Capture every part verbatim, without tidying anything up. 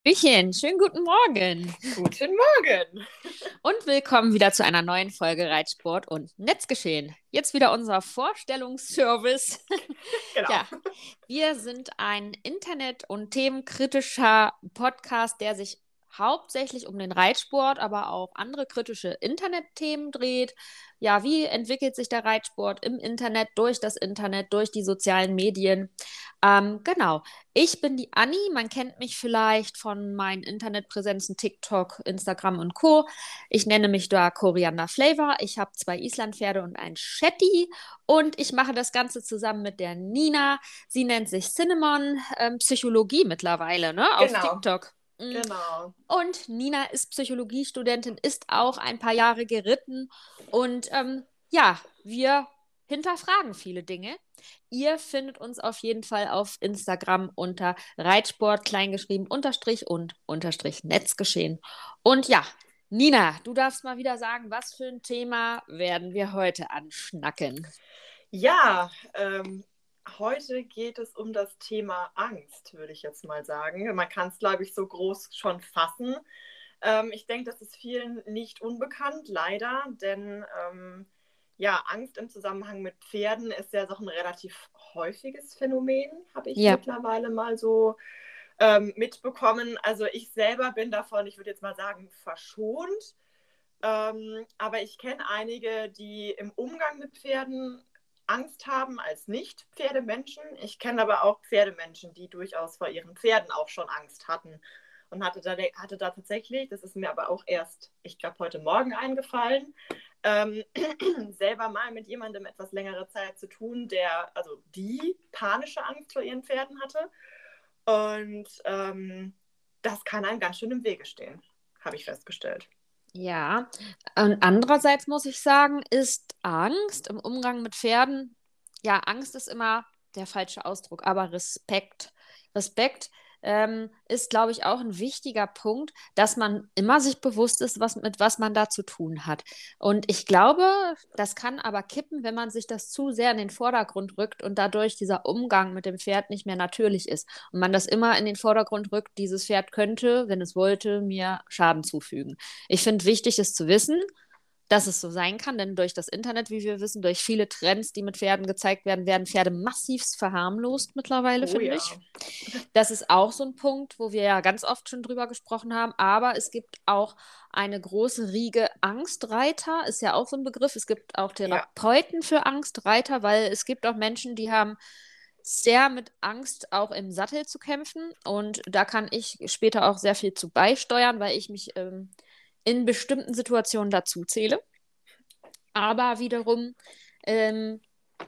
Hallöchen, schönen guten Morgen Guten Morgen. und willkommen wieder zu einer neuen Folge Reitsport und Netzgeschehen. Jetzt wieder unser Vorstellungsservice. Genau. Ja, wir sind ein internet- und themenkritischer Podcast, der sich hauptsächlich um den Reitsport, aber auch andere kritische Internetthemen dreht. Ja, wie entwickelt sich der Reitsport im Internet, durch das Internet, durch die sozialen Medien? Ähm, genau. Ich bin die Anni. Man kennt mich vielleicht von meinen Internetpräsenzen TikTok, Instagram und Co. Ich nenne mich da Koriander Flavor. Ich habe zwei Islandpferde und ein Shetty. Und ich mache das Ganze zusammen mit der Nina. Sie nennt sich Cinnamon ähm, Psychologie mittlerweile, ne? Auf Genau. TikTok. Mm. Genau. Und Nina ist Psychologiestudentin, ist auch ein paar Jahre geritten. Und ähm, ja, wir hinterfragen viele Dinge. Ihr findet uns auf jeden Fall auf Instagram unter Reitsport, kleingeschrieben, Unterstrich und Unterstrich Netzgeschehen. Und ja, Nina, du darfst mal wieder sagen, was für ein Thema werden wir heute anschnacken? Ja, ähm, heute geht es um das Thema Angst, würde ich jetzt mal sagen. Man kann es, glaube ich, so groß schon fassen. Ähm, ich denke, das ist vielen nicht unbekannt, leider, denn ähm, ja, Angst im Zusammenhang mit Pferden ist ja doch ein relativ häufiges Phänomen, habe ich Ja, mittlerweile mal so ähm, mitbekommen. Also ich selber bin davon, ich würde jetzt mal sagen, verschont. Ähm, aber ich kenne einige, die im Umgang mit Pferden Angst haben als Nicht-Pferdemenschen. Ich kenne aber auch Pferdemenschen, die durchaus vor ihren Pferden auch schon Angst hatten. Und hatte da, hatte da tatsächlich, das ist mir aber auch erst, ich glaube, heute Morgen eingefallen, ähm, selber mal mit jemandem etwas längere Zeit zu tun, der, also die panische Angst vor ihren Pferden hatte. Und ähm, das kann einem ganz schön im Wege stehen, habe ich festgestellt. ja. Und andererseits muss ich sagen, ist Angst im Umgang mit Pferden, ja, Angst ist immer der falsche Ausdruck, aber Respekt. Respekt ähm, ist, glaube ich, auch ein wichtiger Punkt, dass man immer sich bewusst ist, was, mit was man da zu tun hat. Und ich glaube, das kann aber kippen, wenn man sich das zu sehr in den Vordergrund rückt und dadurch dieser Umgang mit dem Pferd nicht mehr natürlich ist. Und man das immer in den Vordergrund rückt, dieses Pferd könnte, wenn es wollte, mir Schaden zufügen. Ich finde, wichtig ist zu wissen, dass es so sein kann, denn durch das Internet, wie wir wissen, durch viele Trends, die mit Pferden gezeigt werden, werden Pferde massivst verharmlost mittlerweile, Oh finde ja. ich. Das ist auch so ein Punkt, wo wir ja ganz oft schon drüber gesprochen haben, aber es gibt auch eine große Riege Angstreiter, ist ja auch so ein Begriff. Es gibt auch Ja. Therapeuten für Angstreiter, weil es gibt auch Menschen, die haben sehr mit Angst auch im Sattel zu kämpfen. Und da kann ich später auch sehr viel zu beisteuern, weil ich mich ähm, in bestimmten Situationen dazu zähle. Aber wiederum ähm,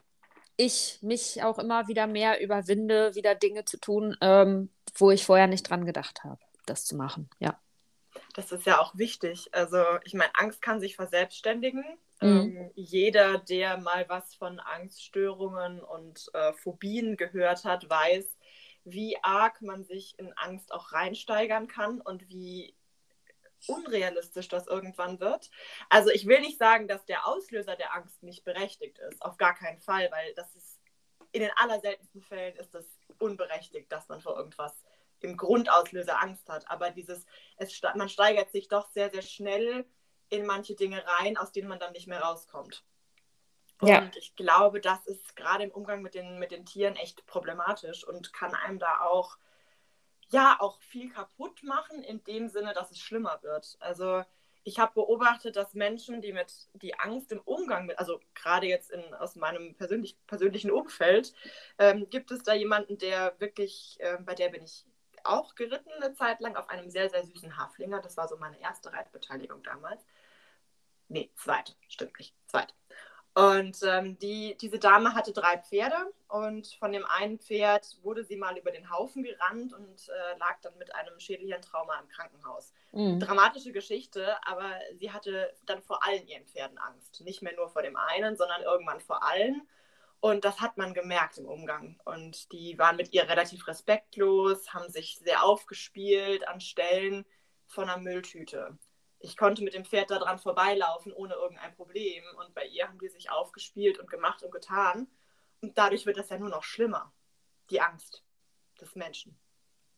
ich mich auch immer wieder mehr überwinde, wieder Dinge zu tun, ähm, wo ich vorher nicht dran gedacht habe, das zu machen. Ja. Das ist ja auch wichtig. Also ich meine, Angst kann sich verselbstständigen. Mhm. Ähm, jeder, der mal was von Angststörungen und äh, Phobien gehört hat, weiß, wie arg man sich in Angst auch reinsteigern kann und wie unrealistisch das irgendwann wird. Also ich will nicht sagen, dass der Auslöser der Angst nicht berechtigt ist. Auf gar keinen Fall, weil das ist in den allerseltensten Fällen ist das unberechtigt, dass man vor irgendwas im Grundauslöser Angst hat. Aber dieses, es, man steigert sich doch sehr, sehr schnell in manche Dinge rein, aus denen man dann nicht mehr rauskommt. Ja. Und ich glaube, das ist gerade im Umgang mit den, mit den Tieren echt problematisch und kann einem da auch, ja, auch viel kaputt machen, in dem Sinne, dass es schlimmer wird. Also ich habe beobachtet, dass Menschen, die mit die Angst im Umgang mit, also gerade jetzt in, aus meinem persönlich, persönlichen Umfeld, ähm, gibt es da jemanden, der wirklich, äh, bei der bin ich auch geritten eine Zeit lang auf einem sehr, sehr süßen Haflinger. Das war so meine erste Reitbeteiligung damals. Nee, zweite, stimmt nicht, zweite. Und ähm, die, diese Dame hatte drei Pferde und von dem einen Pferd wurde sie mal über den Haufen gerannt und äh, lag dann mit einem Schädelhirntrauma im Krankenhaus. Mhm. Dramatische Geschichte, aber sie hatte dann vor allen ihren Pferden Angst. Nicht mehr nur vor dem einen, sondern irgendwann vor allen. Und das hat man gemerkt im Umgang. Und die waren mit ihr relativ respektlos, haben sich sehr aufgespielt an Stellen von einer Mülltüte. Ich konnte mit dem Pferd da dran vorbeilaufen ohne irgendein Problem. Und bei ihr haben die sich aufgespielt und gemacht und getan. Und dadurch wird das ja nur noch schlimmer, die Angst des Menschen.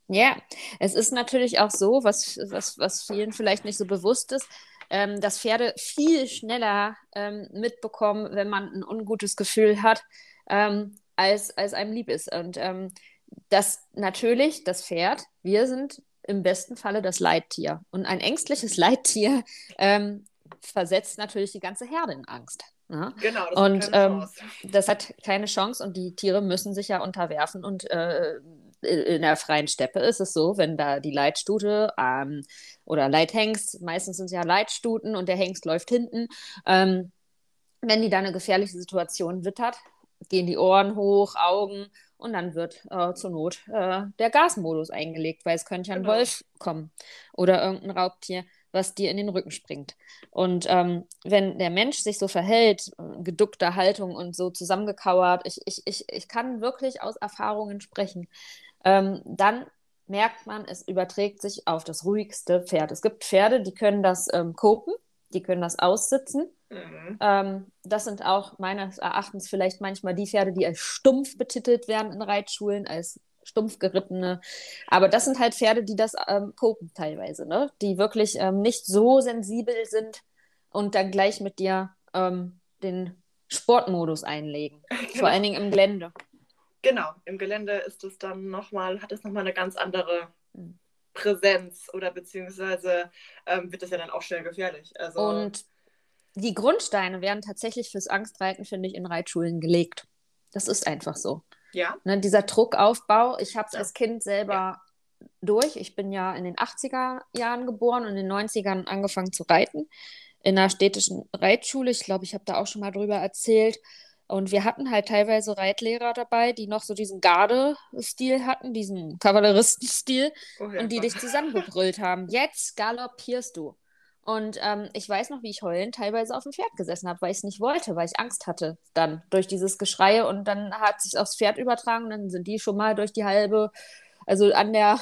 Ja, es ist natürlich auch so, was, was, was vielen vielleicht nicht so bewusst ist, ähm, dass Pferde viel schneller ähm, mitbekommen, wenn man ein ungutes Gefühl hat, ähm, als, als einem lieb ist. Und ähm, das natürlich, das Pferd, wir sind im besten Falle das Leittier. Und ein ängstliches Leittier ähm, versetzt natürlich die ganze Herde in Angst. Ne? Genau, das hat Und keine ähm, Chance. das hat keine Chance und die Tiere müssen sich ja unterwerfen. Und äh, in der freien Steppe ist es so, wenn da die Leitstute ähm, oder Leithengst, meistens sind es ja Leitstuten und der Hengst läuft hinten, ähm, wenn die da eine gefährliche Situation wittert, gehen die Ohren hoch, Augen und dann wird äh, zur Not äh, der Gasmodus eingelegt, weil es könnte ja ein Genau. Wolf kommen oder irgendein Raubtier, was dir in den Rücken springt. Und ähm, wenn der Mensch sich so verhält, äh, geduckter Haltung und so zusammengekauert, ich, ich, ich, ich kann wirklich aus Erfahrungen sprechen, ähm, dann merkt man, es überträgt sich auf das ruhigste Pferd. Es gibt Pferde, die können das ähm, kopen, die können das aussitzen. Mhm. Ähm, das sind auch meines Erachtens vielleicht manchmal die Pferde, die als stumpf betitelt werden in Reitschulen, als stumpf gerittene. Aber das sind halt Pferde, die das ähm, kopen teilweise, ne? Die wirklich ähm, nicht so sensibel sind und dann gleich mit dir ähm, den Sportmodus einlegen. Vor allen Genau. Dingen im Gelände. Genau. Im Gelände ist es dann nochmal, hat es nochmal eine ganz andere Mhm. Präsenz oder beziehungsweise ähm, wird es ja dann auch schnell gefährlich. Also, Und die Grundsteine werden tatsächlich fürs Angstreiten, finde ich, in Reitschulen gelegt. Das ist einfach so. ja. Ne, dieser Druckaufbau, ich habe es Ja. als Kind Ja. selber durch. Ich bin ja in den achtziger Jahren geboren und in den neunzigern angefangen zu reiten. In einer städtischen Reitschule. Ich glaube, ich habe da auch schon mal drüber erzählt. Und wir hatten halt teilweise Reitlehrer dabei, die noch so diesen Garde-Stil hatten, diesen Kavalleristenstil Oh und die Hilfe. dich zusammengebrüllt haben. Jetzt galoppierst du. Und ähm, ich weiß noch, wie ich heulend teilweise auf dem Pferd gesessen habe, weil ich es nicht wollte, weil ich Angst hatte dann durch dieses Geschrei und dann hat sich aufs Pferd übertragen und dann sind die schon mal durch die halbe, also an der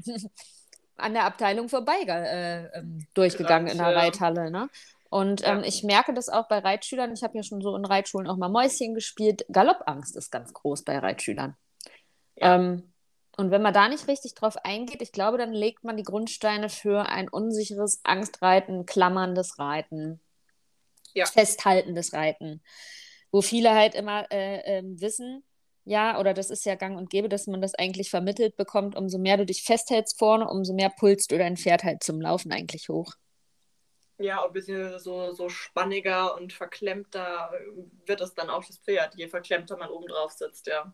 an der Abteilung vorbei äh, ähm, durchgegangen in Gerannt, der ja. Reithalle, ne? Und ähm, Ja. ich merke das auch bei Reitschülern. Ich habe ja schon so in Reitschulen auch mal Mäuschen gespielt. Galoppangst ist ganz groß bei Reitschülern. Ja. Ähm, und wenn man da nicht richtig drauf eingeht, ich glaube, dann legt man die Grundsteine für ein unsicheres Angstreiten, klammerndes Reiten, Ja. festhaltendes Reiten, wo viele halt immer äh, ähm, wissen, ja, oder das ist ja gang und gäbe, dass man das eigentlich vermittelt bekommt, umso mehr du dich festhältst vorne, umso mehr pulst du dein Pferd halt zum Laufen eigentlich hoch. Ja, und ein bisschen so, so spanniger und verklemmter wird es dann auch das Pferd, je verklemmter man oben drauf sitzt, ja.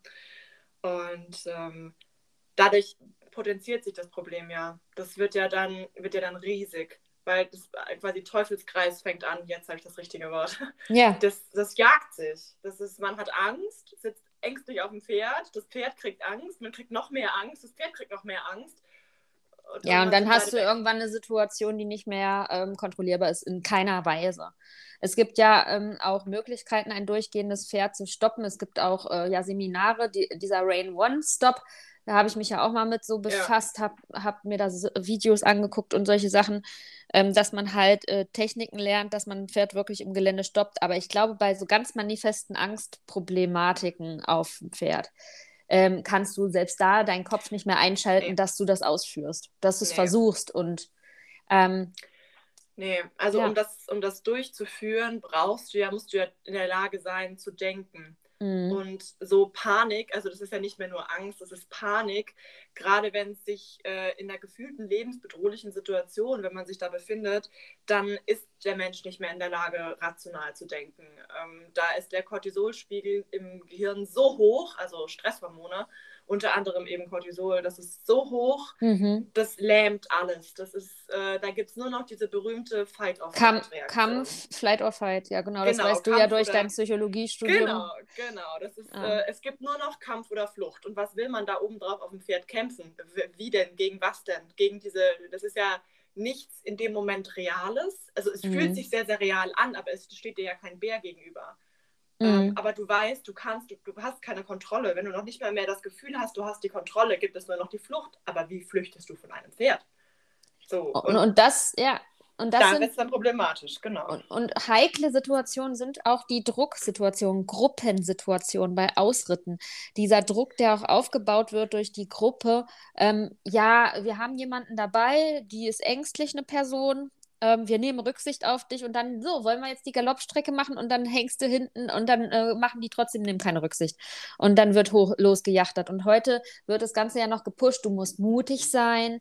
Und ähm, dadurch potenziert sich das Problem ja. Das wird ja dann, wird ja dann riesig, weil das quasi Teufelskreis fängt an, jetzt habe ich das richtige Wort. Ja. Das, das jagt sich. Das ist, man hat Angst, sitzt ängstlich auf dem Pferd, das Pferd kriegt Angst, man kriegt noch mehr Angst, das Pferd kriegt noch mehr Angst und Ja, und irgendwann dann sind hast beide du weg. irgendwann eine Situation, die nicht mehr ähm, kontrollierbar ist, in keiner Weise. Es gibt ja ähm, auch Möglichkeiten, ein durchgehendes Pferd zu stoppen. Es gibt auch äh, ja, Seminare, die, dieser Rain One Stop. Da habe ich mich ja auch mal mit so Ja, befasst, habe hab mir da so Videos angeguckt und solche Sachen, ähm, dass man halt äh, Techniken lernt, dass man ein Pferd wirklich im Gelände stoppt. Aber ich glaube, bei so ganz manifesten Angstproblematiken auf dem Pferd, ähm, kannst du selbst da deinen Kopf nicht mehr einschalten, nee, dass du das ausführst, dass du es nee. versuchst. Und ähm, Nee, also um ja, das, um das durchzuführen, brauchst du ja, musst du ja in der Lage sein zu denken. mh, Und so Panik, also das ist ja nicht mehr nur Angst, das ist Panik, gerade wenn es sich äh, in einer gefühlten lebensbedrohlichen Situation, wenn man sich da befindet, dann ist der Mensch nicht mehr in der Lage, rational zu denken. Ähm, da ist der Cortisolspiegel im Gehirn so hoch, also Stresshormone, unter anderem eben Cortisol, das ist so hoch, mhm. das lähmt alles. Das ist, äh, da gibt es nur noch diese berühmte Kam Fight-or-Flight-Reaktion. Kampf, Flight or Fight, ja genau, das Genau, weißt du ja Kampf durch dein oder Psychologiestudium. genau, genau. Das ist, Ja. äh, es gibt nur noch Kampf oder Flucht. Und was will man da oben drauf auf dem Pferd kämpfen? Wie denn? Gegen was denn? Gegen diese, das ist ja nichts in dem Moment Reales. Also es fühlt Mhm. sich sehr, sehr real an, aber es steht dir ja kein Bär gegenüber. Ähm, Mhm. aber du weißt, du kannst, du, du hast keine Kontrolle. Wenn du noch nicht mal mehr das Gefühl hast, du hast die Kontrolle, gibt es nur noch die Flucht. Aber wie flüchtest du von einem Pferd? So, Und, und und das, ja, und das Da sind wird es dann problematisch, genau. und, und heikle Situationen sind auch die Drucksituationen, Gruppensituationen bei Ausritten. Dieser Druck, der auch aufgebaut wird durch die Gruppe. Ähm, ja, wir haben jemanden dabei, die ist ängstlich, eine Person. Ähm, wir nehmen Rücksicht auf dich und dann, so, wollen wir jetzt die Galoppstrecke machen und dann hängst du hinten und dann äh, machen die trotzdem, nehmen keine Rücksicht. Und dann wird hoch losgejachtert. Und heute wird das Ganze ja noch gepusht. Du musst mutig sein,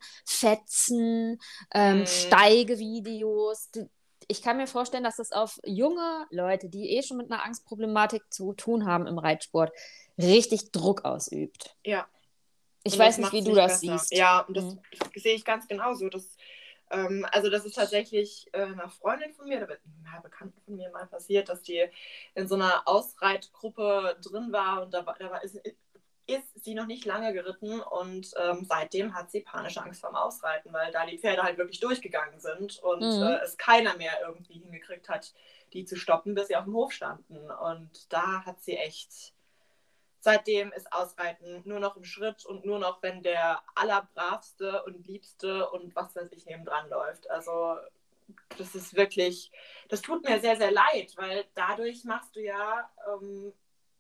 fetzen, ähm, Mm, Steigevideos. Du, ich kann mir vorstellen, dass das auf junge Leute, die eh schon mit einer Angstproblematik zu tun haben im Reitsport, richtig Druck ausübt. ja, Ich und das weiß nicht, macht wie es du nicht das besser. siehst. Ja, und das Hm. sehe ich ganz genauso. Das, ähm, also das ist tatsächlich äh, einer Freundin von mir, oder einer Bekannten von mir mal passiert, dass die in so einer Ausreitgruppe drin war und da, war, da war, ist, ist sie noch nicht lange geritten und ähm, seitdem hat sie panische Angst vorm Ausreiten, weil da die Pferde halt wirklich durchgegangen sind und äh, Hm. es keiner mehr irgendwie hingekriegt hat, die zu stoppen, bis sie auf dem Hof standen. Und da hat sie echt, seitdem ist Ausreiten nur noch im Schritt und nur noch, wenn der allerbravste und liebste und was weiß ich nebendran läuft. Also das ist wirklich, das tut mir sehr, sehr leid, weil dadurch machst du ja ähm,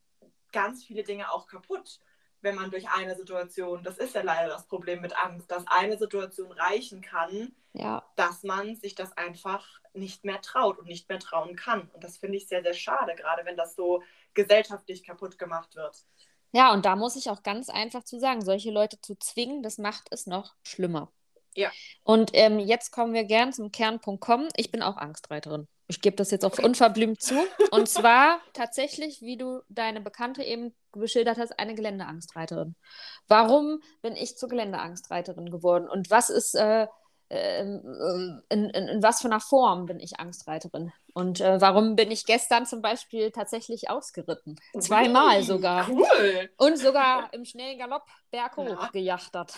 ganz viele Dinge auch kaputt, wenn man durch eine Situation, das ist ja leider das Problem mit Angst, dass eine Situation reichen kann, Ja. dass man sich das einfach nicht mehr traut und nicht mehr trauen kann. Und das finde ich sehr, sehr schade, gerade wenn das so gesellschaftlich kaputt gemacht wird. Ja, und da muss ich auch ganz einfach zu sagen, solche Leute zu zwingen, das macht es noch schlimmer. Ja. Und ähm, jetzt kommen wir gern zum Kernpunkt kommen. Ich bin auch Angstreiterin. Ich gebe das jetzt auch unverblümt zu. Und zwar tatsächlich, wie du deine Bekannte eben beschildert hast, eine Geländeangstreiterin. Warum bin ich zur Geländeangstreiterin geworden? Und was ist, äh, äh, in, in, in was für einer Form bin ich Angstreiterin? Und äh, warum bin ich gestern zum Beispiel tatsächlich ausgeritten? Zweimal Ui, sogar. cool. Und sogar im schnellen Galopp berghoch Na, gejachtert.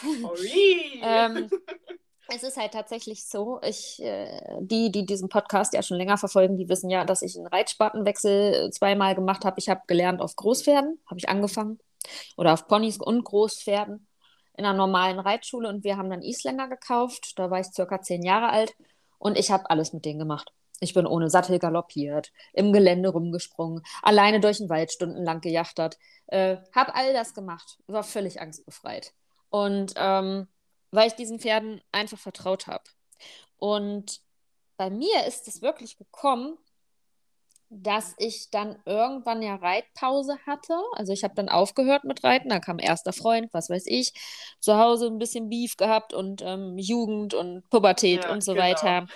ui. ähm, Es ist halt tatsächlich so, ich, äh, die, die diesen Podcast ja schon länger verfolgen, die wissen ja, dass ich einen Reitspartenwechsel zweimal gemacht habe. Ich habe gelernt auf Großpferden, habe ich angefangen, oder auf Ponys und Großpferden in einer normalen Reitschule und wir haben dann Isländer gekauft. Da war ich circa zehn Jahre alt und ich habe alles mit denen gemacht. Ich bin ohne Sattel galoppiert, im Gelände rumgesprungen, alleine durch den Wald stundenlang gejachtert, äh, habe all das gemacht, war völlig angstbefreit. Und ähm, weil ich diesen Pferden einfach vertraut habe. Und bei mir ist es wirklich gekommen, dass ich dann irgendwann ja Reitpause hatte. Also ich habe dann aufgehört mit Reiten, da kam erster Freund, was weiß ich, zu Hause ein bisschen Beef gehabt und ähm, Jugend und Pubertät Ja, und so genau. weiter.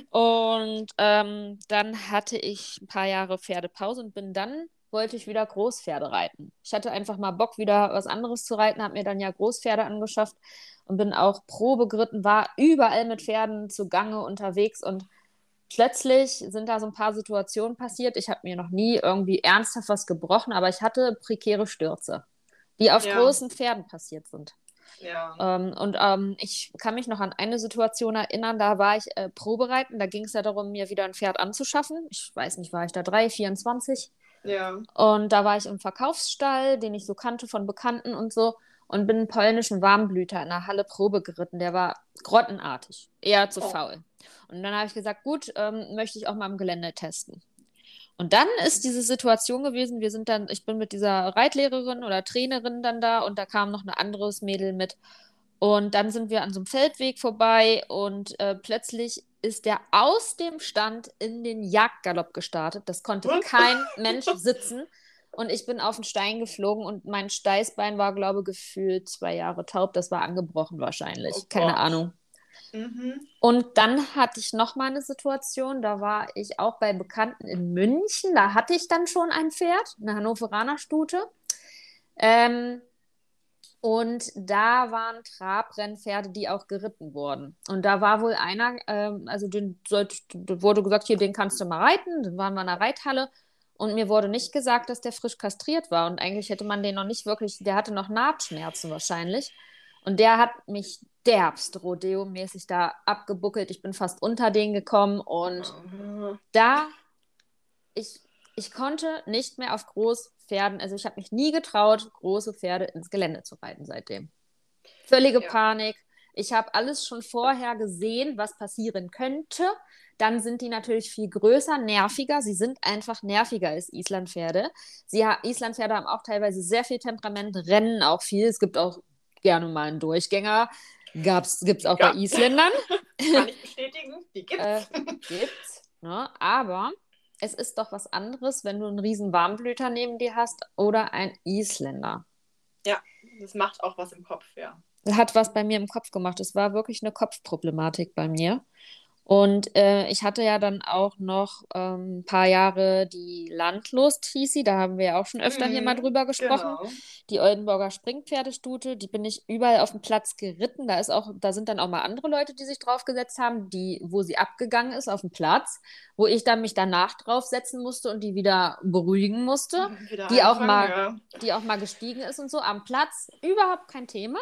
Und ähm, dann hatte ich ein paar Jahre Pferdepause und bin dann, wollte ich wieder Großpferde reiten. Ich hatte einfach mal Bock, wieder was anderes zu reiten, habe mir dann ja Großpferde angeschafft und bin auch Probe geritten, war überall mit Pferden zugange unterwegs und plötzlich sind da so ein paar Situationen passiert. Ich habe mir noch nie irgendwie ernsthaft was gebrochen, aber ich hatte prekäre Stürze, die auf Ja, großen Pferden passiert sind. ja. Ähm, und ähm, ich kann mich noch an eine Situation erinnern, da war ich äh, Probereiten, da ging es ja darum, mir wieder ein Pferd anzuschaffen. Ich weiß nicht, war ich da drei, vierundzwanzig? Ja. Und da war ich im Verkaufsstall, den ich so kannte von Bekannten und so, und bin einen polnischen Warmblüter in der Halle Probe geritten. Der war grottenartig, eher zu Oh. faul. Und dann habe ich gesagt, gut, ähm, möchte ich auch mal im Gelände testen. Und dann ist diese Situation gewesen, wir sind dann, ich bin mit dieser Reitlehrerin oder Trainerin dann da und da kam noch ein anderes Mädel mit. Und dann sind wir an so einem Feldweg vorbei und äh, plötzlich ist der aus dem Stand in den Jagdgalopp gestartet. Das konnte kein Mensch sitzen. Und ich bin auf den Stein geflogen und mein Steißbein war, glaube ich, gefühlt zwei Jahre taub. Das war angebrochen Oh wahrscheinlich. Keine Gott. Ahnung. Mhm. Und dann hatte ich noch mal eine Situation, da war ich auch bei Bekannten in München. Da hatte ich dann schon ein Pferd, eine Hannoveraner Stute. Ähm, und da waren Trabrennpferde, die auch geritten wurden. Und da war wohl einer, ähm, also den sollte, wurde gesagt, hier, den kannst du mal reiten. Dann waren wir in der Reithalle. Und mir wurde nicht gesagt, dass der frisch kastriert war. Und eigentlich hätte man den noch nicht wirklich, der hatte noch Nahtschmerzen wahrscheinlich. Und der hat mich derbst Rodeo-mäßig da abgebuckelt. Ich bin fast unter den gekommen. Und Mhm. da ich, ich konnte nicht mehr auf Großpferden, also ich habe mich nie getraut, große Pferde ins Gelände zu reiten seitdem. Völlige Ja. Panik. Ich habe alles schon vorher gesehen, was passieren könnte. Dann sind die natürlich viel größer, nerviger. Sie sind einfach nerviger als Islandpferde. Sie, Islandpferde haben auch teilweise sehr viel Temperament, rennen auch viel. Es gibt auch gerne mal einen Durchgänger. Gibt es auch ja. bei Isländern. Kann ich bestätigen, die gibt's. äh, gibt's, ne? Aber es ist doch was anderes, wenn du einen riesen Warmblüter neben dir hast oder ein Isländer. Ja, das macht auch was im Kopf, ja. Hat was bei mir im Kopf gemacht. Es war wirklich eine Kopfproblematik bei mir. Und äh, ich hatte ja dann auch noch ähm, ein paar Jahre die Landlust, hieß sie. Da haben wir ja auch schon öfter mhm, hier mal drüber gesprochen. Genau. Die Oldenburger Springpferdestute, die bin ich überall auf dem Platz geritten. Da ist auch, da sind dann auch mal andere Leute, die sich draufgesetzt haben, die, wo sie abgegangen ist auf dem Platz, wo ich dann mich danach draufsetzen musste und die wieder beruhigen musste. Wieder die auch mal, ja. die auch mal gestiegen ist und so. Am Platz überhaupt kein Thema.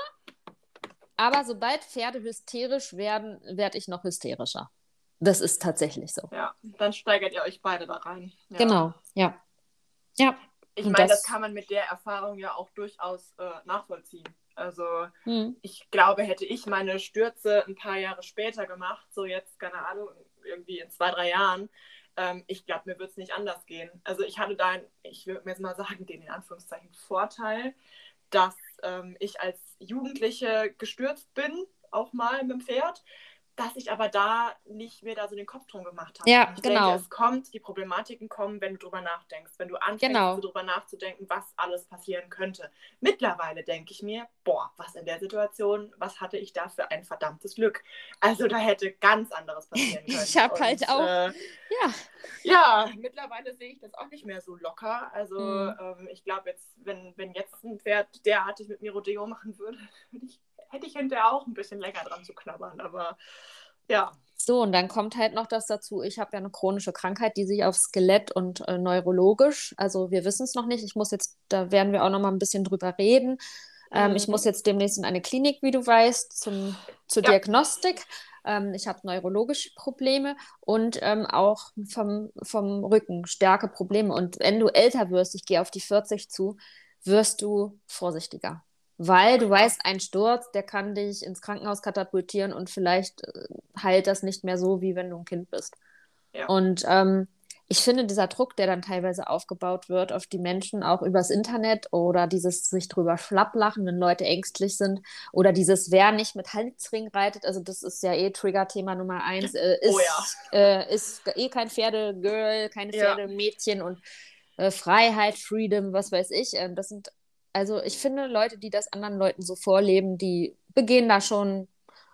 Aber sobald Pferde hysterisch werden, werde ich noch hysterischer. Das ist tatsächlich so. Ja, dann steigert ihr euch beide da rein. Ja. Genau, ja. Ja. Ich meine, das, das kann man mit der Erfahrung ja auch durchaus äh, nachvollziehen. Also hm. ich glaube, hätte ich meine Stürze ein paar Jahre später gemacht, so jetzt, keine Ahnung, irgendwie in zwei, drei Jahren, ähm, ich glaube, mir würde es nicht anders gehen. Also ich hatte da, ich würde mir jetzt mal sagen, den in Anführungszeichen Vorteil, dass ähm, ich als Jugendliche gestürzt bin, auch mal mit dem Pferd, dass ich aber da nicht mehr da so den Kopf drum gemacht habe. Ja, ich genau. denke, es kommt, die Problematiken kommen, wenn du drüber nachdenkst, wenn du anfängst, genau. drüber nachzudenken, was alles passieren könnte. Mittlerweile denke ich mir, boah, was in der Situation, was hatte ich da für ein verdammtes Glück. Also da hätte ganz anderes passieren können. Ich habe halt auch, äh, ja. Ja, mittlerweile sehe ich das auch nicht mehr so locker. Also mhm. ähm, ich glaube jetzt, wenn, wenn jetzt ein Pferd derartig mit mir Rodeo machen würde, würde ich hätte ich hinterher auch ein bisschen länger dran zu knabbern, aber ja. So, und dann kommt halt noch das dazu, ich habe ja eine chronische Krankheit, die sich auf Skelett und äh, neurologisch, also wir wissen es noch nicht, ich muss jetzt, da werden wir auch noch mal ein bisschen drüber reden. Ähm, mhm. Ich muss jetzt demnächst in eine Klinik, wie du weißt, zum, zur ja. Diagnostik. Ähm, ich habe neurologische Probleme und ähm, auch vom, vom Rücken starke Probleme. Und wenn du älter wirst, ich gehe auf die vierzig zu, wirst du vorsichtiger. Weil du weißt, ein Sturz, der kann dich ins Krankenhaus katapultieren und vielleicht äh, heilt das nicht mehr so, wie wenn du ein Kind bist. Ja. Und ähm, ich finde, dieser Druck, der dann teilweise aufgebaut wird auf die Menschen, auch übers Internet oder dieses sich drüber schlapplachen, wenn Leute ängstlich sind oder dieses, wer nicht mit Halsring reitet, also das ist ja eh Trigger-Thema Nummer eins, äh, ist, oh ja. äh, ist eh kein Pferdegirl, keine Pferdemädchen ja. und äh, Freiheit, Freedom, was weiß ich, äh, das sind Also ich finde, Leute, die das anderen Leuten so vorleben, die begehen da schon,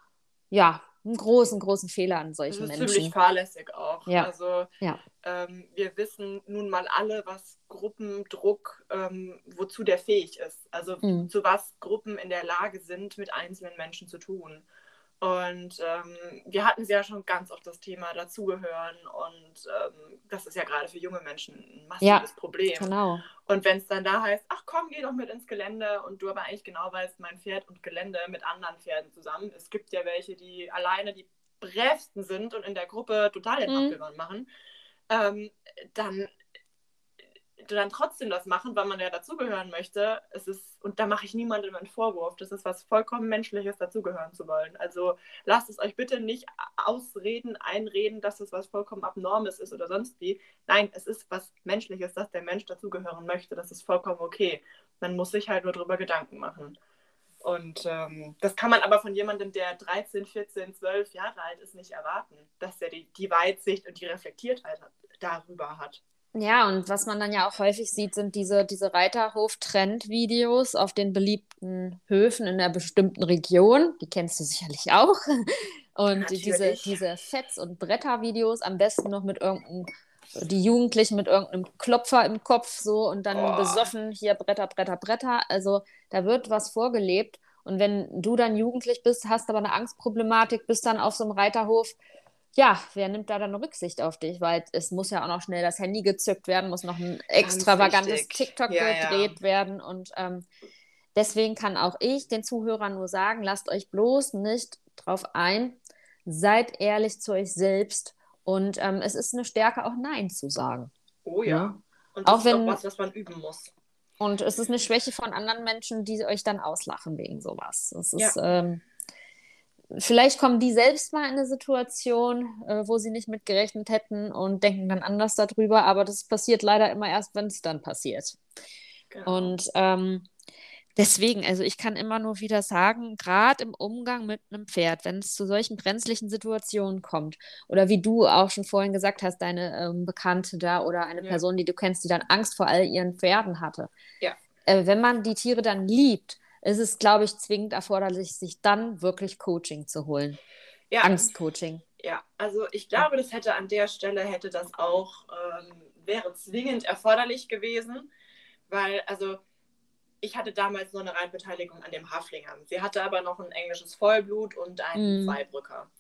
ja, einen großen, großen Fehler an solchen Menschen. Das ist ziemlich fahrlässig auch. Ja. Also ja. ähm, wir wissen nun mal alle, was Gruppendruck, ähm, wozu der fähig ist. Also mhm. zu was Gruppen in der Lage sind, mit einzelnen Menschen zu tun. Und ähm, wir hatten ja schon ganz oft das Thema dazugehören und ähm, das ist ja gerade für junge Menschen ein massives ja, Problem. Genau. Und wenn es dann da heißt, ach komm, geh doch mit ins Gelände und du aber eigentlich genau weißt, mein Pferd und Gelände mit anderen Pferden zusammen. Es gibt ja welche, die alleine die brävsten sind und in der Gruppe total den Apfelmann mhm. machen. Ähm, dann dann trotzdem das machen, weil man ja dazugehören möchte. Es ist, und da mache ich niemandem einen Vorwurf. Das ist was vollkommen Menschliches, dazugehören zu wollen. Also lasst es euch bitte nicht ausreden, einreden, dass es was vollkommen Abnormes ist oder sonst wie. Nein, es ist was Menschliches, dass der Mensch dazugehören möchte. Das ist vollkommen okay. Man muss sich halt nur darüber Gedanken machen. Und ähm, das kann man aber von jemandem, der dreizehn, vierzehn, zwölf Jahre alt ist, nicht erwarten, dass er die, die Weitsicht und die Reflektiertheit darüber hat. Ja, und was man dann ja auch häufig sieht, sind diese, diese Reiterhof-Trend-Videos auf den beliebten Höfen in einer bestimmten Region. Die kennst du sicherlich auch. Und Natürlich. diese, diese Fetz- und Bretter-Videos, am besten noch mit irgendeinem, die Jugendlichen mit irgendeinem Klopfer im Kopf so und dann oh. besoffen hier Bretter, Bretter, Bretter. Also da wird was vorgelebt. Und wenn du dann jugendlich bist, hast aber eine Angstproblematik, bist dann auf so einem Reiterhof, ja, wer nimmt da dann Rücksicht auf dich? Weil es muss ja auch noch schnell das Handy gezückt werden, muss noch ein extravagantes TikTok ja, gedreht ja. werden. Und ähm, deswegen kann auch ich den Zuhörern nur sagen, lasst euch bloß nicht drauf ein, seid ehrlich zu euch selbst. Und ähm, es ist eine Stärke, auch Nein zu sagen. Oh ja. ja? Und das auch ist wenn, auch was, was man üben muss. Und es ist eine Schwäche von anderen Menschen, die euch dann auslachen wegen sowas. Es ist... Ja. Ähm, vielleicht kommen die selbst mal in eine Situation, äh, wo sie nicht mit gerechnet hätten und denken dann anders darüber, aber das passiert leider immer erst, wenn es dann passiert. Genau. Und ähm, deswegen, also ich kann immer nur wieder sagen, gerade im Umgang mit einem Pferd, wenn es zu solchen brenzlichen Situationen kommt, oder wie du auch schon vorhin gesagt hast, deine ähm, Bekannte da oder eine Ja. Person, die du kennst, die dann Angst vor all ihren Pferden hatte. Ja. Äh, wenn man die Tiere dann liebt, ist es, glaube ich, zwingend erforderlich, sich dann wirklich Coaching zu holen. Ja. Angstcoaching. Ja, also ich glaube, das hätte an der Stelle hätte das auch, ähm, wäre zwingend erforderlich gewesen, weil, also ich hatte damals nur eine Reitbeteiligung an dem Haflinger. Sie hatte aber noch ein englisches Vollblut und einen Mm. Zweibrücker.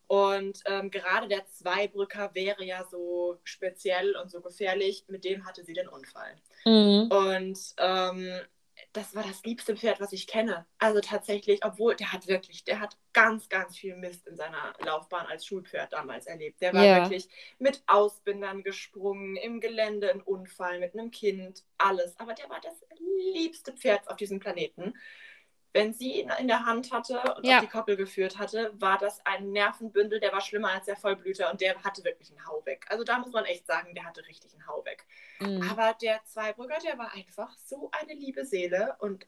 Und ähm, gerade der Zweibrücker wäre ja so speziell und so gefährlich, mit dem hatte sie den Unfall. Mm. Und ähm, das war das liebste Pferd, was ich kenne. Also tatsächlich, obwohl der hat wirklich, der hat ganz, ganz viel Mist in seiner Laufbahn als Schulpferd damals erlebt. Der war Ja. wirklich mit Ausbindern gesprungen, im Gelände ein Unfall, mit einem Kind, alles. Aber der war das liebste Pferd auf diesem Planeten. Wenn sie ihn in der Hand hatte und Ja. auf die Koppel geführt hatte, war das ein Nervenbündel, der war schlimmer als der Vollblüter und der hatte wirklich einen Hau weg. Also da muss man echt sagen, der hatte richtig einen Hau weg. Mm. Aber der Zweibrücker, der war einfach so eine liebe Seele und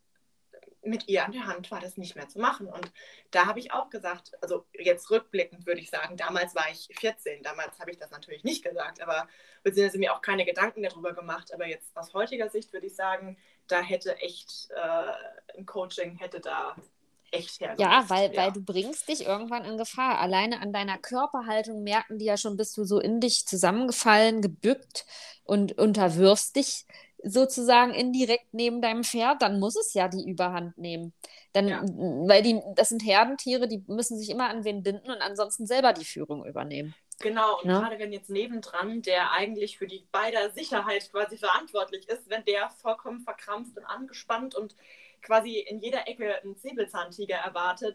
mit ihr an der Hand war das nicht mehr zu machen. Und da habe ich auch gesagt, also jetzt rückblickend würde ich sagen, damals war ich vierzehn, damals habe ich das natürlich nicht gesagt, aber beziehungsweise mir auch keine Gedanken darüber gemacht. Aber jetzt aus heutiger Sicht würde ich sagen, da hätte echt äh, ein Coaching hätte da echt hergemusst. Ja, weil, ja. weil du bringst dich irgendwann in Gefahr. Alleine an deiner Körperhaltung merken die ja schon, bist du so in dich zusammengefallen, gebückt und unterwirfst dich sozusagen indirekt neben deinem Pferd, dann muss es ja die Überhand nehmen. Dann, Ja. weil die, das sind Herdentiere, die müssen sich immer an wen binden und ansonsten selber die Führung übernehmen. Genau, und Ne? gerade wenn jetzt nebendran, der eigentlich für die beider Sicherheit quasi verantwortlich ist, wenn der vollkommen verkrampft und angespannt und quasi in jeder Ecke einen Säbelzahntiger erwartet,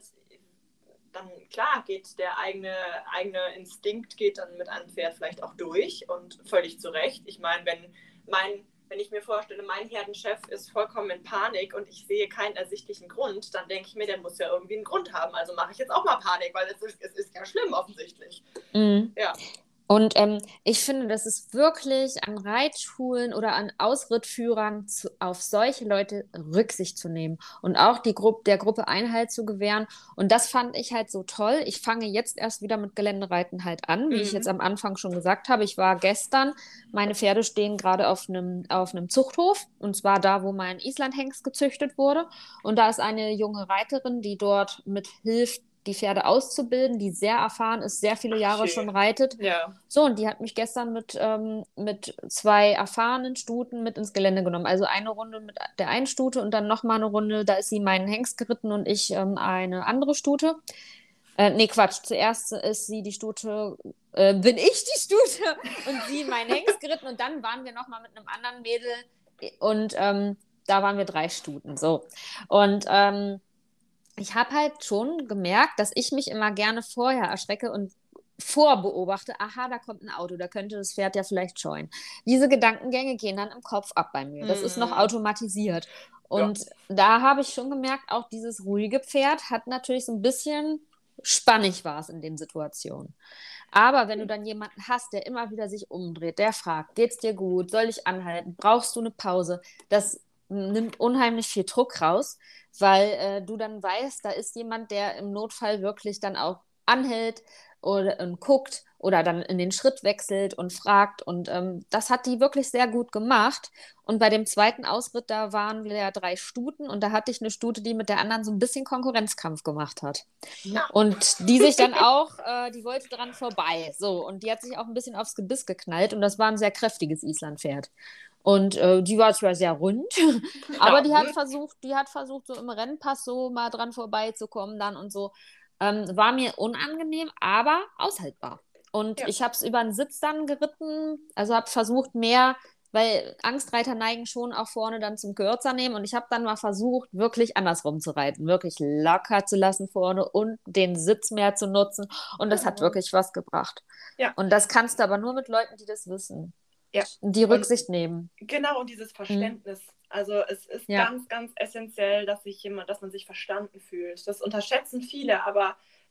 dann klar geht der eigene, eigene Instinkt geht dann mit einem Pferd vielleicht auch durch und völlig zu Recht. Ich meine, wenn mein wenn ich mir vorstelle, mein Herdenchef ist vollkommen in Panik und ich sehe keinen ersichtlichen Grund, dann denke ich mir, der muss ja irgendwie einen Grund haben. Also mache ich jetzt auch mal Panik, weil es ist, es ist ja schlimm offensichtlich. Mhm. Ja. Und ähm, ich finde, das ist wirklich an Reitschulen oder an Ausrittführern zu, auf solche Leute Rücksicht zu nehmen und auch die Gru der Gruppe Einhalt zu gewähren. Und das fand ich halt so toll. Ich fange jetzt erst wieder mit Geländereiten halt an, wie Mhm. ich jetzt am Anfang schon gesagt habe. Ich war gestern, meine Pferde stehen gerade auf einem auf einem Zuchthof, und zwar da, wo mein Islandhengst gezüchtet wurde. Und da ist eine junge Reiterin, die dort mithilft, die Pferde auszubilden, die sehr erfahren ist, sehr viele Jahre Schön. schon reitet. Ja. So, und die hat mich gestern mit, ähm, mit zwei erfahrenen Stuten mit ins Gelände genommen. Also eine Runde mit der einen Stute und dann nochmal eine Runde, da ist sie meinen Hengst geritten und ich ähm, eine andere Stute. Äh, nee, Quatsch. Zuerst ist sie die Stute, äh, bin ich die Stute und sie meinen Hengst geritten und dann waren wir nochmal mit einem anderen Mädel und ähm, da waren wir drei Stuten. So. Und ähm, ich habe halt schon gemerkt, dass ich mich immer gerne vorher erschrecke und vorbeobachte, aha, da kommt ein Auto, da könnte das Pferd ja vielleicht scheuen. Diese Gedankengänge gehen dann im Kopf ab bei mir. Das ist noch Mhm. automatisiert. Und ja. Da habe ich schon gemerkt, auch dieses ruhige Pferd hat natürlich so ein bisschen spannig war es in den Situationen. Aber wenn du dann jemanden hast, der immer wieder sich umdreht, der fragt, geht's dir gut, soll ich anhalten, brauchst du eine Pause, das nimmt unheimlich viel Druck raus, weil äh, du dann weißt, da ist jemand, der im Notfall wirklich dann auch anhält oder und guckt oder dann in den Schritt wechselt und fragt. Und ähm, das hat die wirklich sehr gut gemacht. Und bei dem zweiten Ausritt, da waren wir ja drei Stuten und da hatte ich eine Stute, die mit der anderen so ein bisschen Konkurrenzkampf gemacht hat. Ja. Und die sich dann auch, äh, die wollte dran vorbei. So, und die hat sich auch ein bisschen aufs Gebiss geknallt und das war ein sehr kräftiges Islandpferd. Und äh, die war zwar sehr rund, aber die hat versucht, die hat versucht, so im Rennpass so mal dran vorbeizukommen dann und so. Ähm, war mir unangenehm, aber aushaltbar. Und Ja. ich habe es über den Sitz dann geritten, also habe versucht mehr, weil Angstreiter neigen schon auch vorne dann zum Kürzer nehmen. Und ich habe dann mal versucht, wirklich andersrum zu reiten, wirklich locker zu lassen vorne und den Sitz mehr zu nutzen. Und das hat wirklich was gebracht. Ja. Und das kannst du aber nur mit Leuten, die das wissen. Ja. Die Rücksicht und, nehmen. Genau, und dieses Verständnis. Mhm. Also es ist ja. ganz, ganz essentiell, dass sich jemand, dass man sich verstanden fühlt. Das unterschätzen viele, aber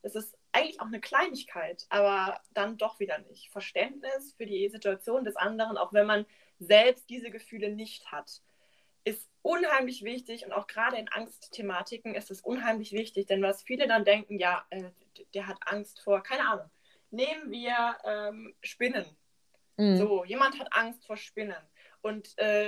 Das ist eigentlich auch eine Kleinigkeit, aber dann doch wieder nicht. Verständnis für die Situation des anderen, auch wenn man selbst diese Gefühle nicht hat, ist unheimlich wichtig und auch gerade in Angstthematiken ist es unheimlich wichtig, denn was viele dann denken, ja, äh, der hat Angst vor, keine Ahnung, nehmen wir ähm, Spinnen. Mhm. So, jemand hat Angst vor Spinnen und äh,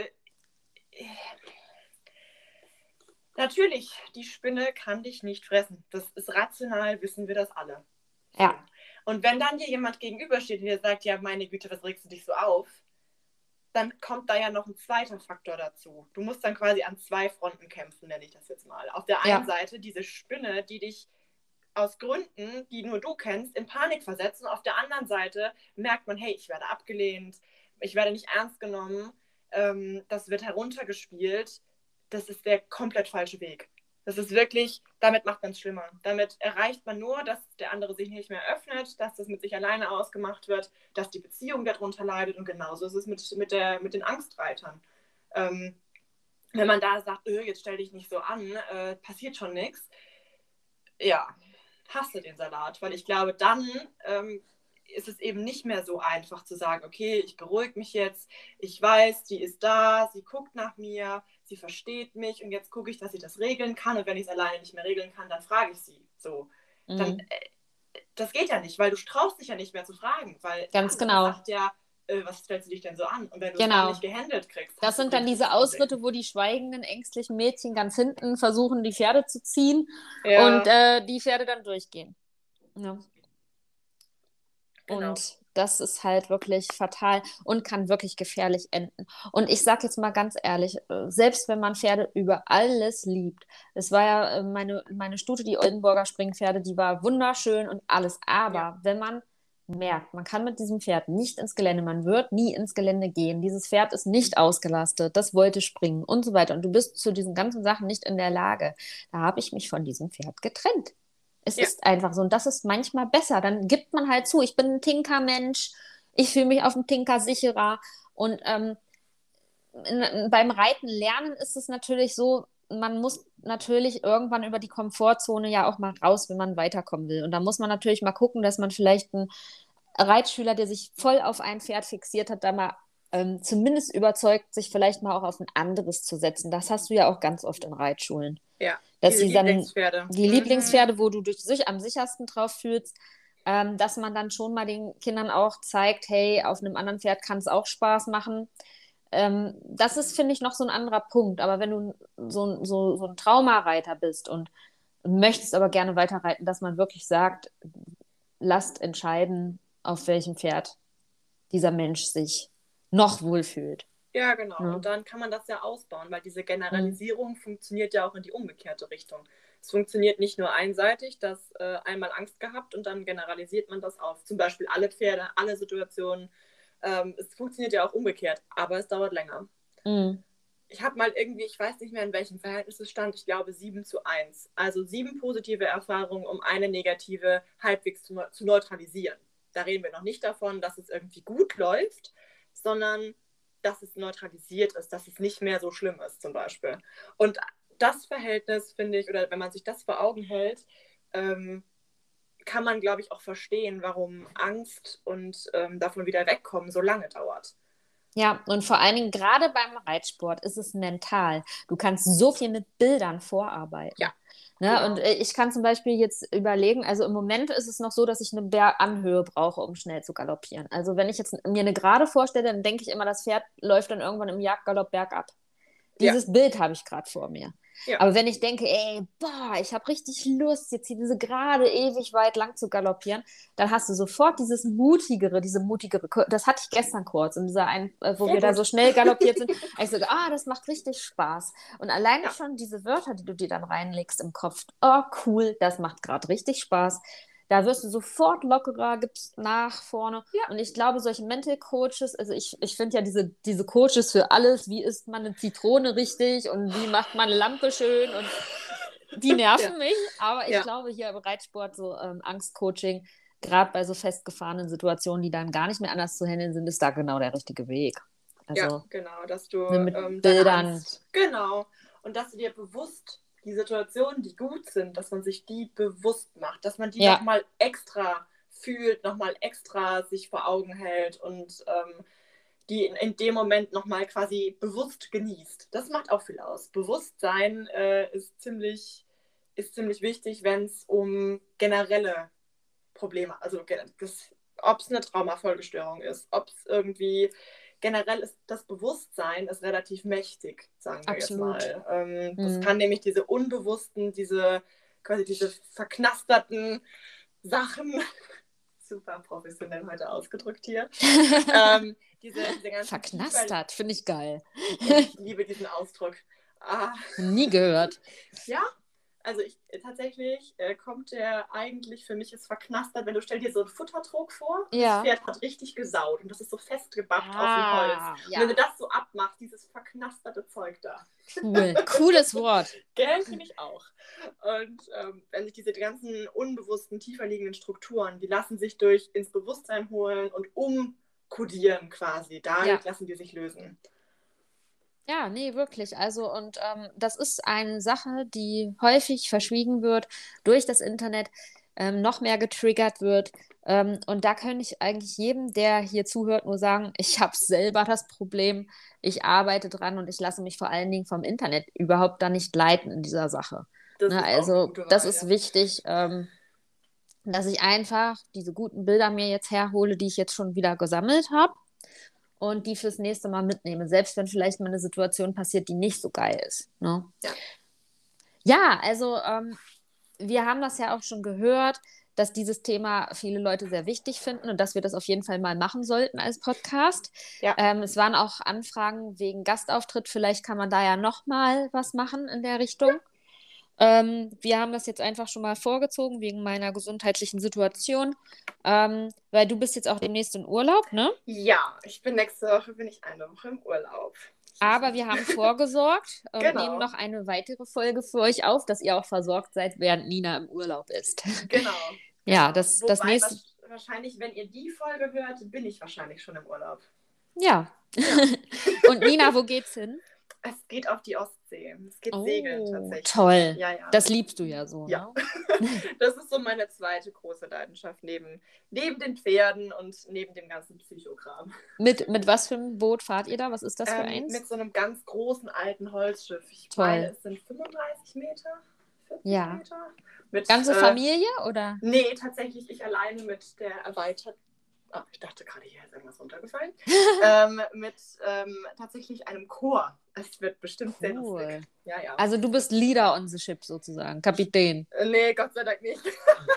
natürlich, die Spinne kann dich nicht fressen. Das ist rational, wissen wir das alle. Ja. Und wenn dann dir jemand gegenübersteht und dir sagt, ja, meine Güte, was regst du dich so auf? Dann kommt da ja noch ein zweiter Faktor dazu. Du musst dann quasi an zwei Fronten kämpfen, nenne ich das jetzt mal. Auf der einen ja. Seite diese Spinne, die dich aus Gründen, die nur du kennst, in Panik versetzt. Und auf der anderen Seite merkt man, hey, ich werde abgelehnt, ich werde nicht ernst genommen, ähm, das wird heruntergespielt. Das ist der komplett falsche Weg. Das ist wirklich, damit macht man es schlimmer. Damit erreicht man nur, dass der andere sich nicht mehr öffnet, dass das mit sich alleine ausgemacht wird, dass die Beziehung darunter leidet und genauso ist es mit, mit, der, mit den Angstreitern. Ähm, wenn man da sagt, öh, jetzt stell dich nicht so an, äh, passiert schon nichts, ja, hasse den Salat, weil ich glaube, dann ähm, ist es eben nicht mehr so einfach zu sagen, okay, ich beruhige mich jetzt, ich weiß, die ist da, sie guckt nach mir, sie versteht mich und jetzt gucke ich, dass ich das regeln kann und wenn ich es alleine nicht mehr regeln kann, dann frage ich sie. So, mhm. dann, äh, das geht ja nicht, weil du traust dich ja nicht mehr zu fragen, weil ganz genau. sagt ja, äh, was stellst du dich denn so an? Und wenn du genau. es gar nicht gehandelt kriegst. Das sind dann diese Ausritte, wo die schweigenden, ängstlichen Mädchen ganz hinten versuchen, die Pferde zu ziehen ja. und äh, die Pferde dann durchgehen. Ja. Genau. Und das ist halt wirklich fatal und kann wirklich gefährlich enden. Und ich sage jetzt mal ganz ehrlich, selbst wenn man Pferde über alles liebt, es war ja meine, meine Stute, die Oldenburger Springpferde, die war wunderschön und alles, aber ja. wenn man merkt, man kann mit diesem Pferd nicht ins Gelände, man wird nie ins Gelände gehen, dieses Pferd ist nicht ausgelastet, das wollte springen und so weiter und du bist zu diesen ganzen Sachen nicht in der Lage, da habe ich mich von diesem Pferd getrennt. Es ja. ist einfach so und das ist manchmal besser. Dann gibt man halt zu, ich bin ein Tinker-Mensch, ich fühle mich auf dem Tinker sicherer und ähm, in, beim Reiten lernen ist es natürlich so, man muss natürlich irgendwann über die Komfortzone ja auch mal raus, wenn man weiterkommen will und da muss man natürlich mal gucken, dass man vielleicht einen Reitschüler, der sich voll auf ein Pferd fixiert hat, da mal ähm, zumindest überzeugt, sich vielleicht mal auch auf ein anderes zu setzen. Das hast du ja auch ganz oft in Reitschulen. Ja, dass die sie dann Lieblingspferde. die mhm. Lieblingspferde, wo du dich sich am sichersten drauf fühlst, ähm, dass man dann schon mal den Kindern auch zeigt, hey, auf einem anderen Pferd kann es auch Spaß machen. Ähm, das ist, finde ich, noch so ein anderer Punkt. Aber wenn du so, so, so ein Traumareiter bist und möchtest aber gerne weiterreiten, dass man wirklich sagt, lasst entscheiden, auf welchem Pferd dieser Mensch sich noch wohlfühlt. Ja, genau. Ja. Und dann kann man das ja ausbauen, weil diese Generalisierung mhm. funktioniert ja auch in die umgekehrte Richtung. Es funktioniert nicht nur einseitig, dass äh, einmal Angst gehabt und dann generalisiert man das auf zum Beispiel alle Pferde, alle Situationen. Ähm, es funktioniert ja auch umgekehrt, aber es dauert länger. Mhm. Ich habe mal irgendwie, ich weiß nicht mehr, in welchem Verhältnis es stand, ich glaube sieben zu eins. Also sieben positive Erfahrungen, um eine negative halbwegs zu, zu neutralisieren. Da reden wir noch nicht davon, dass es irgendwie gut läuft, sondern dass es neutralisiert ist, dass es nicht mehr so schlimm ist zum Beispiel. Und das Verhältnis, finde ich, oder wenn man sich das vor Augen hält, ähm, kann man, glaube ich, auch verstehen, warum Angst und ähm, davon wieder wegkommen so lange dauert. Ja, und vor allen Dingen gerade beim Reitsport ist es mental. Du kannst so viel mit Bildern vorarbeiten. Ja. Ne? Genau. Und ich kann zum Beispiel jetzt überlegen, also im Moment ist es noch so, dass ich eine Berganhöhe brauche, um schnell zu galoppieren. Also wenn ich jetzt mir eine Gerade vorstelle, dann denke ich immer, das Pferd läuft dann irgendwann im Jagdgalopp bergab. Dieses ja. Bild habe ich gerade vor mir. Ja. Aber wenn ich denke, ey, boah, ich habe richtig Lust, jetzt hier diese Gerade ewig weit lang zu galoppieren, dann hast du sofort dieses mutigere, diese mutigere, das hatte ich gestern kurz, in dieser einen, wo Sehr wir gut. da so schnell galoppiert sind. Ich so, ah, das macht richtig Spaß. Und alleine ja. schon diese Wörter, die du dir dann reinlegst im Kopf, oh, cool, das macht gerade richtig Spaß. Da wirst du sofort lockerer, gibst nach vorne. Ja. Und ich glaube, solche Mental Coaches, also ich, ich finde ja diese, diese Coaches für alles, wie isst man eine Zitrone richtig und wie macht man eine Lampe schön und die nerven ja. mich. Aber ich ja. glaube, hier im Reitsport, so ähm, Angstcoaching, gerade bei so festgefahrenen Situationen, die dann gar nicht mehr anders zu handeln sind, ist da genau der richtige Weg. Also, ja, genau, dass du mit ähm, Bildern. Angst, genau. Und dass du dir bewusst die Situationen, die gut sind, dass man sich die bewusst macht, dass man die Ja. nochmal extra fühlt, nochmal extra sich vor Augen hält und ähm, die in, in dem Moment nochmal quasi bewusst genießt. Das macht auch viel aus. Bewusstsein äh, ist ziemlich, ist ziemlich wichtig, wenn es um generelle Probleme, also ob es eine Traumafolgestörung ist, ob es irgendwie generell ist, das Bewusstsein ist relativ mächtig, sagen wir Absolut. jetzt mal. Ähm, das Mhm. kann nämlich diese unbewussten, diese quasi diese verknasterten Sachen, super professionell heute ausgedrückt hier, ähm, diese, diese ganzen Verknastert, finde ich geil. Ja, ich liebe diesen Ausdruck. Ah. Nie gehört. Ja, also ich, tatsächlich äh, kommt der eigentlich, für mich ist verknastert, wenn du stell dir so einen Futtertrog vor, Ja. das Pferd hat richtig gesaut und das ist so festgebappt Ah, auf dem Holz. ja. Und wenn du das so abmachst, dieses verknasterte Zeug da. Cool, cooles Wort. Gell, finde ich auch. Und ähm, wenn sich diese ganzen unbewussten, tiefer liegenden Strukturen, die lassen sich durch ins Bewusstsein holen und umkodieren quasi. Dadurch Ja. lassen die sich lösen. Ja, nee, wirklich. Also, und ähm, das ist eine Sache, die häufig verschwiegen wird, durch das Internet ähm, noch mehr getriggert wird. Ähm, und da kann ich eigentlich jedem, der hier zuhört, nur sagen, ich habe selber das Problem, ich arbeite dran und ich lasse mich vor allen Dingen vom Internet überhaupt da nicht leiten in dieser Sache. Das Ne, ist auch also, eine gute das Wahl, ist ja. wichtig, ähm, dass ich einfach diese guten Bilder mir jetzt herhole, die ich jetzt schon wieder gesammelt habe. Und die fürs nächste Mal mitnehme, selbst wenn vielleicht mal eine Situation passiert, die nicht so geil ist. Ne? Ja. Ja, also ähm, wir haben das ja auch schon gehört, dass dieses Thema viele Leute sehr wichtig finden und dass wir das auf jeden Fall mal machen sollten als Podcast. Ja. Ähm, es waren auch Anfragen wegen Gastauftritt. Vielleicht kann man da ja noch mal was machen in der Richtung. Ähm, wir haben das jetzt einfach schon mal vorgezogen wegen meiner gesundheitlichen Situation, ähm, weil du bist jetzt auch demnächst in Urlaub, ne? Ja, ich bin nächste Woche bin ich eine Woche im Urlaub. Aber wir haben vorgesorgt und Genau. nehmen noch eine weitere Folge für euch auf, dass ihr auch versorgt seid, während Nina im Urlaub ist. Genau. Ja, genau. das, Wobei, das nächste. was, wahrscheinlich, wenn ihr die Folge hört, bin ich wahrscheinlich schon im Urlaub. Ja. Ja. Und Nina, wo geht's hin? Es geht auf die Ostsee. Es geht Oh, segeln tatsächlich. Toll. Ja, ja. Das liebst du ja so. Ja. Ne? Das ist so meine zweite große Leidenschaft neben, neben den Pferden und neben dem ganzen Psychokram. Mit, mit was für einem Boot fahrt ihr da? Was ist das für Ähm, eins? mit so einem ganz großen alten Holzschiff. Ich Toll. meine, es sind fünfunddreißig Meter, vierzig Ja. Meter. Mit, Ganze äh, Familie oder? Nee, tatsächlich ich alleine mit der erweiterten. Ah, ich dachte gerade, hier ist irgendwas runtergefallen. ähm, mit ähm, tatsächlich einem Chor. Es wird bestimmt sehr Cool. lustig. Ja, ja. Also du bist Leader on the ship sozusagen, Kapitän. Äh, nee, Gott sei Dank nicht.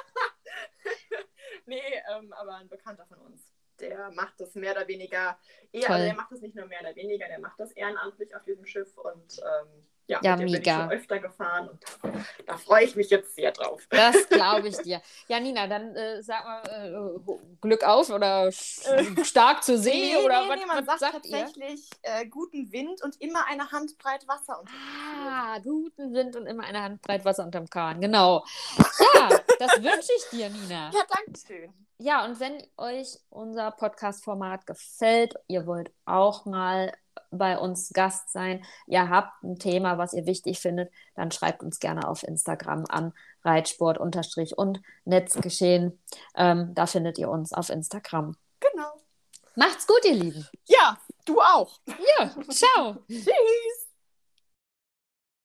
nee, ähm, aber ein Bekannter von uns. Der macht das mehr oder weniger, eher, also der macht das nicht nur mehr oder weniger, der macht das ehrenamtlich auf diesem Schiff und ähm, ja, Ja, mit dem bin ich mega. schon öfter gefahren und da, da freue ich mich jetzt sehr drauf. Das glaube ich dir. Ja, Nina, dann äh, sag mal äh, Glück auf oder stark zur See Nee, oder nee, was, nee, man was sagt sagt ihr? tatsächlich äh, guten Wind und immer eine Handbreit Wasser unter dem Kahn. Ah, guten Wind und immer eine Handbreit Wasser unterm Kahn. Genau. Ja, das wünsche ich dir, Nina. Ja, danke schön. Ja, und wenn euch unser Podcast-Format gefällt, ihr wollt auch mal bei uns Gast sein, ihr habt ein Thema, was ihr wichtig findet, dann schreibt uns gerne auf Instagram an Reitsport unterstrich und Netzgeschehen. Ähm, da findet ihr uns auf Instagram. Genau. Macht's gut, ihr Lieben. Ja, du auch. Ja, ciao. Tschüss.